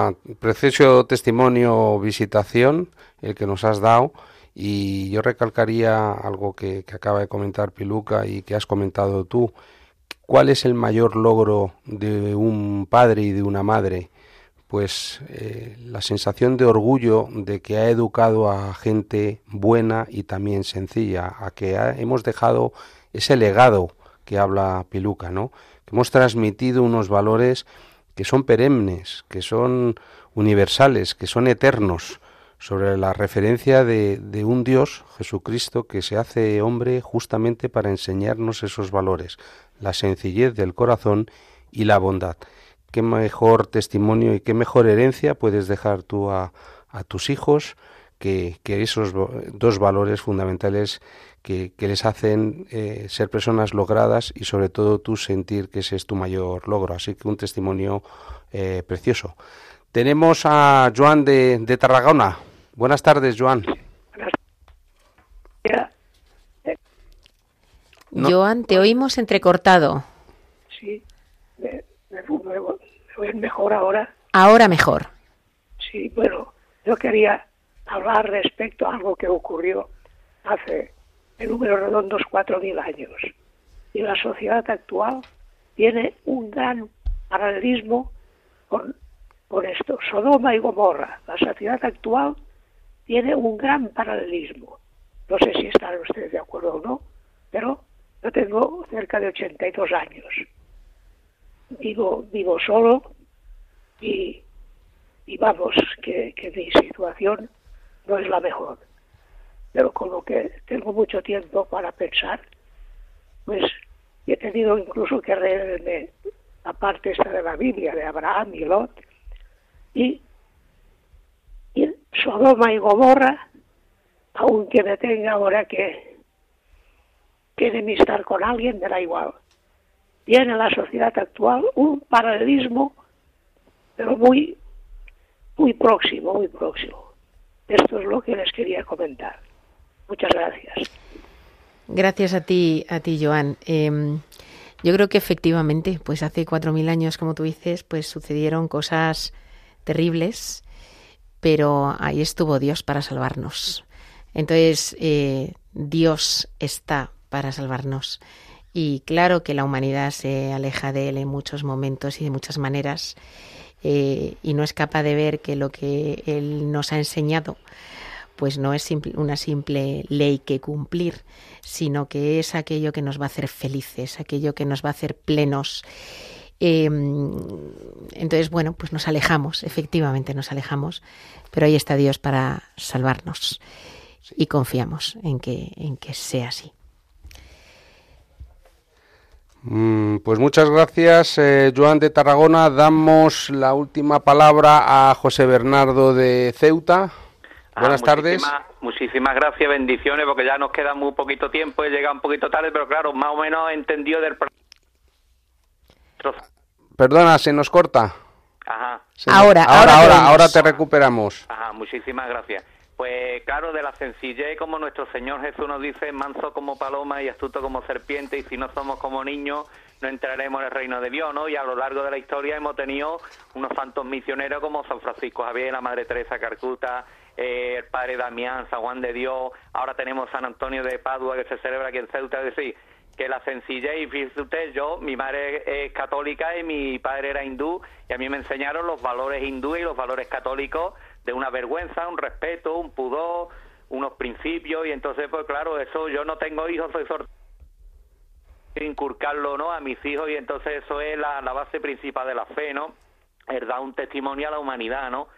Speaker 3: testimonio, Visitación, el que nos has dado. Y yo recalcaría algo que acaba de comentar Piluca y que has comentado tú. ¿Cuál es el mayor logro de un padre y de una madre? Pues la sensación de orgullo de que ha educado a gente buena y también sencilla, a que hemos dejado ese legado que habla Piluca, ¿no? Que hemos transmitido unos valores que son perennes, que son universales, que son eternos, sobre la referencia de un Dios, Jesucristo, que se hace hombre justamente para enseñarnos esos valores, la sencillez del corazón y la bondad. Qué mejor testimonio y qué mejor herencia puedes dejar tú a tus hijos que esos dos valores fundamentales que les hacen ser personas logradas y sobre todo tú sentir que ese es tu mayor logro. Así que un testimonio precioso. Tenemos a Joan de Tarragona. Buenas tardes, Joan.
Speaker 4: Joan, te oímos entrecortado.
Speaker 8: Sí, me oyen mejor ahora.
Speaker 4: Ahora mejor.
Speaker 8: Sí, bueno, yo quería hablar respecto a algo que ocurrió hace, en números redondos, 4.000 años. Y la sociedad actual tiene un gran paralelismo con esto. Sodoma y Gomorra. La sociedad actual tiene un gran paralelismo. No sé si están ustedes de acuerdo o no, pero yo tengo cerca de 82 años. Vivo solo y vamos, que mi situación no es la mejor. Pero con lo que tengo mucho tiempo para pensar, pues he tenido incluso que leerme la parte esta de la Biblia, de Abraham y Lot, y Sodoma y Gomorra, aunque me tenga ahora que enemistar con alguien, me da igual. Tiene la sociedad actual un paralelismo, pero muy próximo, muy próximo. Esto es lo que les quería comentar. Muchas gracias.
Speaker 4: Gracias a ti, Joan. Yo creo que efectivamente, pues hace 4.000 años, como tú dices, pues sucedieron cosas terribles, pero ahí estuvo Dios para salvarnos. Entonces, Dios está para salvarnos. Y claro que la humanidad se aleja de Él en muchos momentos y de muchas maneras, y no es capaz de ver que lo que Él nos ha enseñado pues no es una simple ley que cumplir, sino que es aquello que nos va a hacer felices, aquello que nos va a hacer plenos. Entonces, bueno, pues nos alejamos, efectivamente nos alejamos, pero ahí está Dios para salvarnos y confiamos en que sea así.
Speaker 3: Pues muchas gracias, Joan de Tarragona. Damos la última palabra a José Bernardo de Ceuta. Buenas tardes.
Speaker 9: Muchísimas gracias, bendiciones, porque ya nos queda muy poquito tiempo, he llegado un poquito tarde, pero claro, más o menos he entendido del...
Speaker 3: Perdona, se nos corta.
Speaker 9: Ajá.
Speaker 3: Ahora te recuperamos.
Speaker 9: Ajá, muchísimas gracias. Pues claro, de la sencillez, como nuestro Señor Jesús nos dice, manso como paloma y astuto como serpiente, y si no somos como niños, no entraremos en el reino de Dios, ¿no? Y a lo largo de la historia hemos tenido unos santos misioneros como San Francisco Javier, la Madre Teresa Calcuta, el padre Damián, San Juan de Dios, ahora tenemos San Antonio de Padua que se celebra aquí en Ceuta, es decir, que la sencillez, y fíjese usted, mi madre es católica y mi padre era hindú, y a mí me enseñaron los valores hindúes y los valores católicos de una vergüenza, un respeto, un pudor, unos principios, y entonces, pues claro, eso, yo no tengo hijos, soy sordo, inculcarlo, ¿no?, a mis hijos, y entonces eso es la base principal de la fe, ¿no?, el dar un testimonio a la humanidad, ¿no?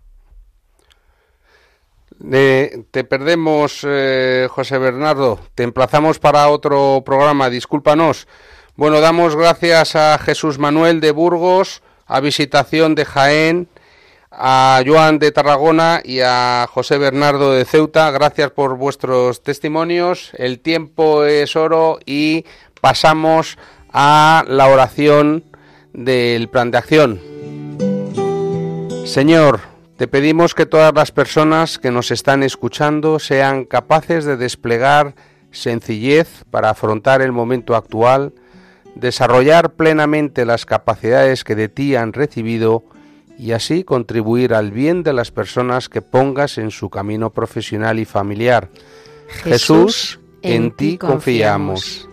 Speaker 3: Te perdemos, José Bernardo. Te emplazamos para otro programa, discúlpanos. Bueno, damos gracias a Jesús Manuel de Burgos, a Visitación de Jaén, a Joan de Tarragona y a José Bernardo de Ceuta. Gracias por vuestros testimonios. El tiempo es oro y pasamos a la oración del Plan de Acción. Señor, te pedimos que todas las personas que nos están escuchando sean capaces de desplegar sencillez para afrontar el momento actual, desarrollar plenamente las capacidades que de ti han recibido y así contribuir al bien de las personas que pongas en su camino profesional y familiar. Jesús, en ti confiamos.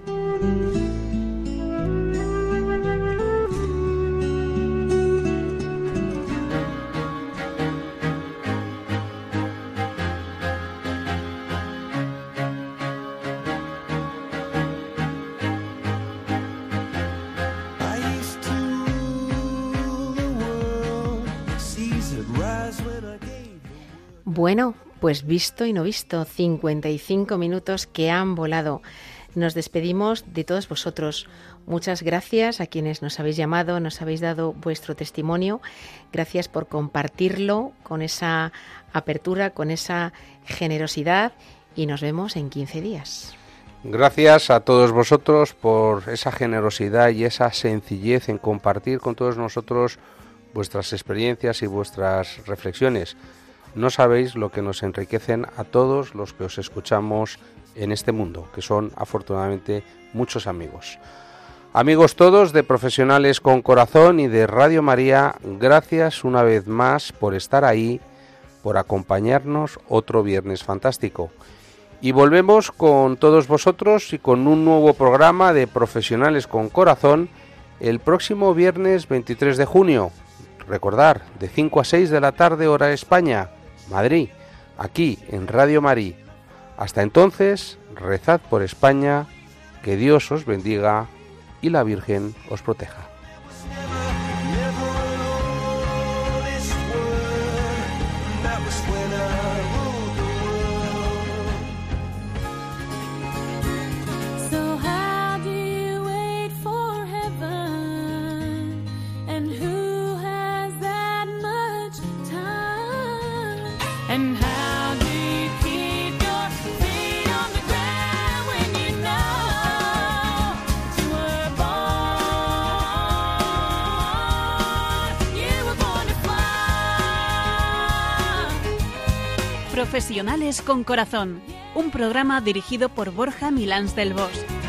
Speaker 4: Bueno, pues visto y no visto, 55 minutos que han volado. Nos despedimos de todos vosotros. Muchas gracias a quienes nos habéis llamado, nos habéis dado vuestro testimonio. Gracias por compartirlo con esa apertura, con esa generosidad y nos vemos en 15 días.
Speaker 3: Gracias a todos vosotros por esa generosidad y esa sencillez en compartir con todos nosotros vuestras experiencias y vuestras reflexiones. No sabéis lo que nos enriquecen a todos los que os escuchamos en este mundo, que son afortunadamente muchos amigos. Amigos todos de Profesionales con Corazón y de Radio María, gracias una vez más por estar ahí, por acompañarnos otro viernes fantástico. Y volvemos con todos vosotros y con un nuevo programa de Profesionales con Corazón el próximo viernes 23 de junio. Recordar, de 5 a 6 de la tarde, hora España, Madrid, aquí en Radio María. Hasta entonces, rezad por España, que Dios os bendiga y la Virgen os proteja.
Speaker 1: And how do you keep your feet on the ground when you know you were born to fly?
Speaker 2: Profesionales con Corazón, un programa dirigido por Borja Milans del Bosch.